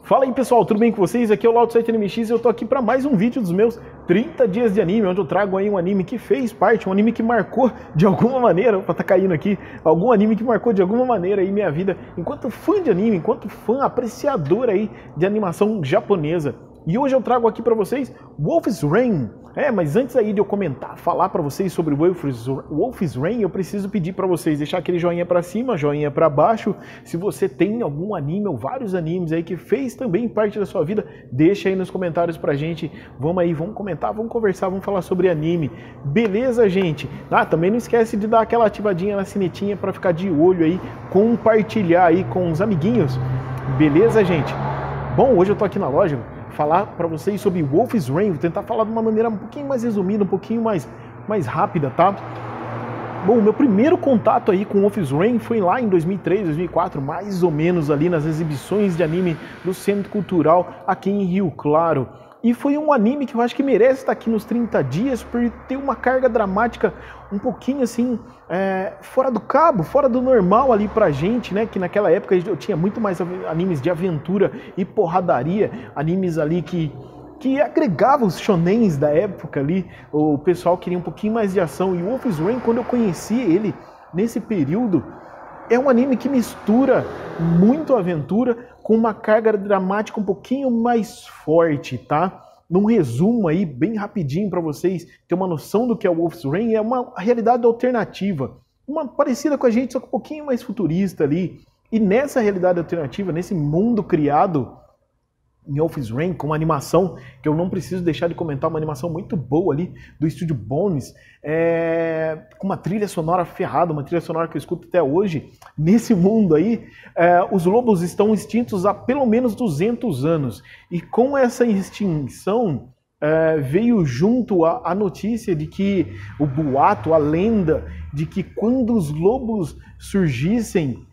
Fala aí pessoal, tudo bem com vocês? Aqui é o Lauto 7 NMX e eu tô aqui para mais um vídeo dos meus 30 dias de anime, onde eu trago aí um anime que fez parte, um anime que marcou de alguma maneira, opa, tá caindo aqui, algum anime que marcou de alguma maneira aí minha vida, enquanto fã de anime, enquanto fã apreciador aí de animação japonesa. E hoje eu trago aqui para vocês Wolf's Rain. Mas antes aí de eu comentar, falar para vocês sobre Wolf's Rain, eu preciso pedir para vocês deixar aquele joinha para cima, joinha para baixo. Se você tem algum anime ou vários animes aí que fez também parte da sua vida, deixa aí nos comentários pra gente. Vamos aí, vamos comentar, vamos conversar, vamos falar sobre anime. Beleza, gente? Também não esquece de dar aquela ativadinha na sinetinha para ficar de olho aí, compartilhar aí com os amiguinhos. Beleza, gente? Bom, hoje eu tô aqui na loja falar para vocês sobre Wolf's Rain, vou tentar falar de uma maneira um pouquinho mais resumida, um pouquinho mais rápida, tá? Bom, meu primeiro contato aí com Wolf's Rain foi lá em 2003, 2004, mais ou menos ali nas exibições de anime do Centro Cultural aqui em Rio Claro. E foi um anime que eu acho que merece estar aqui nos 30 dias por ter uma carga dramática um pouquinho assim, fora do cabo, fora do normal ali pra gente, né? Que naquela época eu tinha muito mais animes de aventura e porradaria, animes ali que agregavam os shonens da época ali, o pessoal queria um pouquinho mais de ação. E o Wolf's Rain, quando eu conheci ele nesse período, é um anime que mistura muito aventura com uma carga dramática um pouquinho mais forte, tá? Num resumo aí, bem rapidinho para vocês terem uma noção do que é o Wolf's Rain, é uma realidade alternativa, uma parecida com a gente, só que um pouquinho mais futurista ali. E nessa realidade alternativa, nesse mundo criado em Wolf's Rain, com uma animação que eu não preciso deixar de comentar, uma animação muito boa ali do estúdio Bones, com uma trilha sonora ferrada, uma trilha sonora que eu escuto até hoje. Nesse mundo aí, os lobos estão extintos há pelo menos 200 anos, e com essa extinção veio junto a notícia de que o boato, a lenda de que quando os lobos surgissem,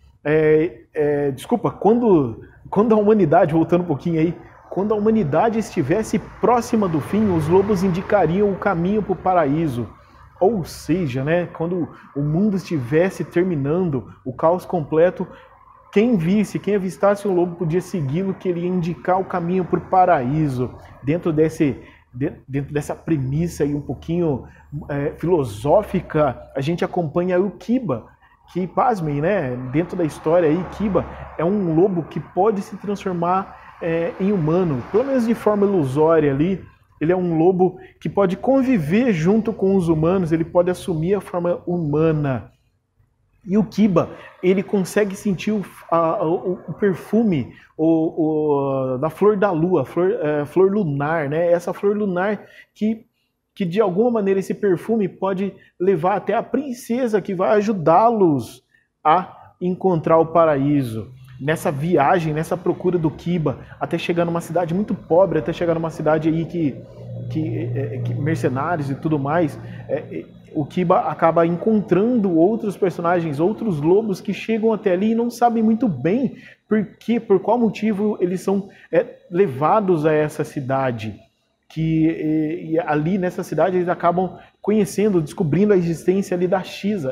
quando a humanidade, voltando um pouquinho aí, quando a humanidade estivesse próxima do fim, os lobos indicariam o caminho para o paraíso. Ou seja, né, quando o mundo estivesse terminando, o caos completo, quem avistasse um lobo podia segui-lo, que ele ia indicar o caminho para o paraíso. Dentro dessa premissa aí um pouquinho filosófica, a gente acompanha o Kiba, que, pasmem, né? Dentro da história aí, Kiba é um lobo que pode se transformar em humano, pelo menos de forma ilusória ali. Ele é um lobo que pode conviver junto com os humanos, ele pode assumir a forma humana. E o Kiba, ele consegue sentir o perfume da flor da lua, flor lunar, né? Essa flor lunar que de alguma maneira esse perfume pode levar até a princesa que vai ajudá-los a encontrar o paraíso. Nessa viagem, nessa procura do Kiba, até chegar numa cidade muito pobre, até chegar numa cidade aí que mercenários e tudo mais, o Kiba acaba encontrando outros personagens, outros lobos que chegam até ali e não sabem muito bem por qual motivo eles são levados a essa cidade. E ali nessa cidade eles acabam conhecendo, descobrindo a existência ali da Shiza,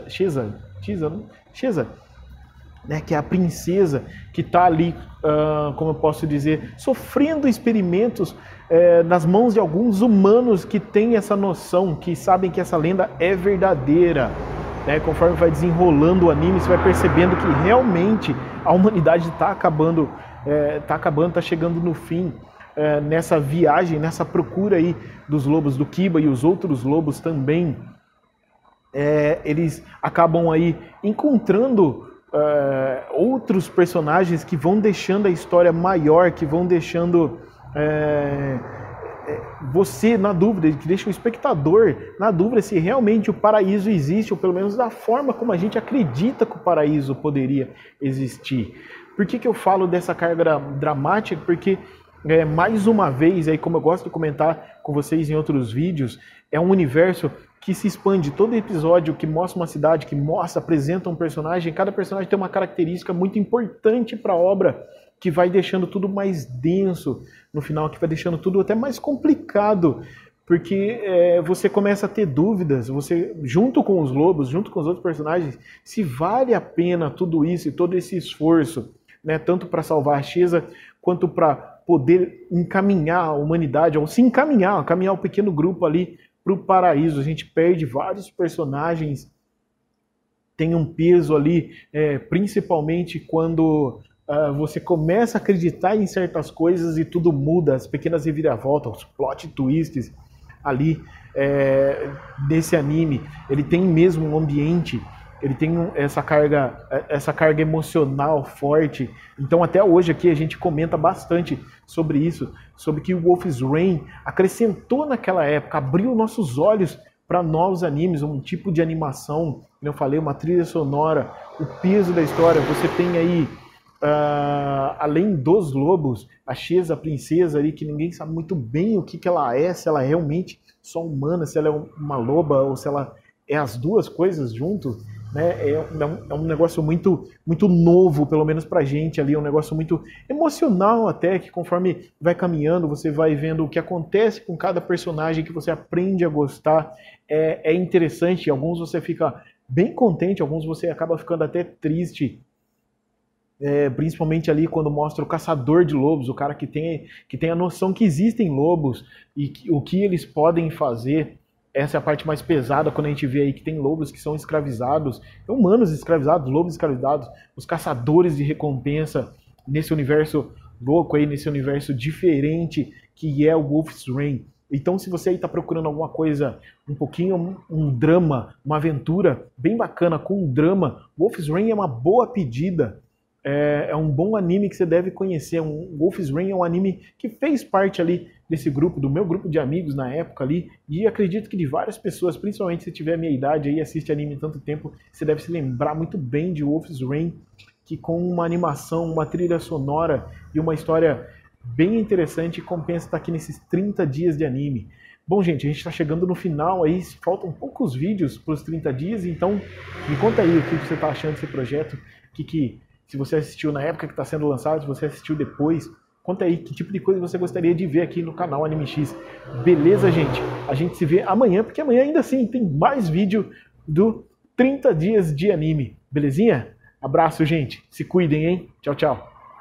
né, que é a princesa que está ali, como eu posso dizer, sofrendo experimentos nas mãos de alguns humanos que têm essa noção, que sabem que essa lenda é verdadeira. Né? Conforme vai desenrolando o anime, você vai percebendo que realmente a humanidade está acabando, está chegando no fim. Nessa viagem, nessa procura aí dos lobos do Kiba e os outros lobos também, eles acabam aí encontrando outros personagens que vão deixando a história maior, que vão deixando você na dúvida, que deixa o espectador na dúvida se realmente o paraíso existe, ou pelo menos da forma como a gente acredita que o paraíso poderia existir. Por que eu falo dessa carga dramática? Porque mais uma vez, aí, como eu gosto de comentar com vocês em outros vídeos, é um universo que se expande. Todo episódio que mostra uma cidade, que apresenta um personagem, cada personagem tem uma característica muito importante para a obra, que vai deixando tudo mais denso no final, que vai deixando tudo até mais complicado, porque você começa a ter dúvidas, você, junto com os lobos, junto com os outros personagens, se vale a pena tudo isso e todo esse esforço. né, tanto para salvar a Shisa, quanto para poder encaminhar a humanidade, ou se encaminhar, caminhar o pequeno grupo ali para o paraíso. A gente perde vários personagens, tem um peso ali, principalmente quando você começa a acreditar em certas coisas e tudo muda, as pequenas reviravoltas, os plot twists ali nesse anime. Ele tem mesmo um ambiente, ele tem essa carga emocional forte. Então até hoje aqui a gente comenta bastante sobre isso, sobre que o Wolf's Rain acrescentou naquela época, abriu nossos olhos para novos animes, um tipo de animação, como eu falei, uma trilha sonora, o peso da história. Você tem aí, além dos lobos, a Shisa, a princesa ali, que ninguém sabe muito bem o que ela é, se ela é realmente só humana, se ela é uma loba ou se ela é as duas coisas junto, né? É um negócio muito, muito novo, pelo menos pra gente ali, é um negócio muito emocional até, que conforme vai caminhando, você vai vendo o que acontece com cada personagem, que você aprende a gostar. É interessante, alguns você fica bem contente, alguns você acaba ficando até triste, principalmente ali quando mostra o caçador de lobos, o cara que tem a noção que existem lobos e o que eles podem fazer. Essa é a parte mais pesada, quando a gente vê aí que tem lobos que são escravizados, humanos escravizados, lobos escravizados, os caçadores de recompensa nesse universo louco aí, nesse universo diferente que é o Wolf's Rain. Então, se você aí está procurando alguma coisa, um pouquinho, um drama, uma aventura bem bacana com um drama, Wolf's Rain é uma boa pedida. É um bom anime que você deve conhecer. Wolf's Rain é um anime que fez parte ali desse grupo, do meu grupo de amigos na época ali, e acredito que de várias pessoas, principalmente se tiver a minha idade aí, assiste anime há tanto tempo, você deve se lembrar muito bem de Wolf's Rain, que com uma animação, uma trilha sonora e uma história bem interessante, compensa estar aqui nesses 30 dias de anime. Bom, gente, a gente está chegando no final aí, faltam poucos vídeos para os 30 dias, então me conta aí o que você está achando desse projeto, se você assistiu na época que está sendo lançado, se você assistiu depois, conta aí que tipo de coisa você gostaria de ver aqui no canal Anime X. Beleza, gente? A gente se vê amanhã, porque amanhã ainda assim tem mais vídeo do 30 dias de anime. Belezinha? Abraço, gente. Se cuidem, hein? Tchau, tchau.